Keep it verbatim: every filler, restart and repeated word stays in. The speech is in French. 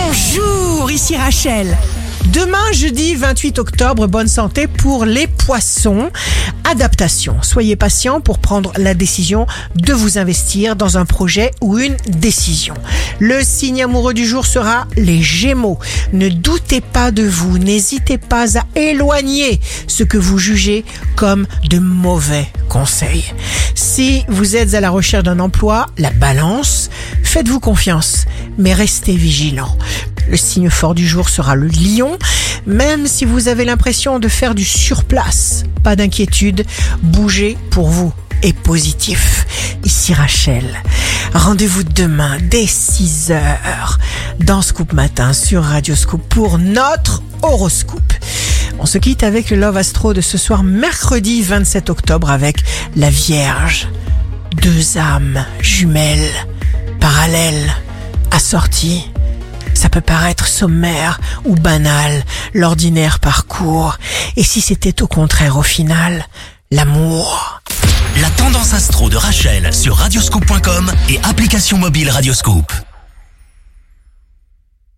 Bonjour, ici Rachel. Demain, jeudi vingt-huit octobre, bonne santé pour les poissons. Adaptation. Soyez patient pour prendre la décision de vous investir dans un projet ou une décision. Le signe amoureux du jour sera les Gémeaux. Ne doutez pas de vous, n'hésitez pas à éloigner ce que vous jugez comme de mauvais conseils. Si vous êtes à la recherche d'un emploi, la Balance, faites-vous confiance, mais restez vigilant. Le signe fort du jour sera le Lion. Même si vous avez l'impression de faire du surplace, pas d'inquiétude, bougez pour vous et positif. Ici Rachel. Rendez-vous demain dès six heures dans Scoop Matin sur Radio Scoop pour notre horoscope. On se quitte avec le Love Astro de ce soir mercredi vingt-sept octobre avec la Vierge. Deux âmes jumelles, parallèles, assorties. Ça peut paraître sommaire ou banal, l'ordinaire parcours. Et si c'était au contraire au final, l'amour? La tendance astro de Rachel sur radioscoop point com et application mobile Radioscoop.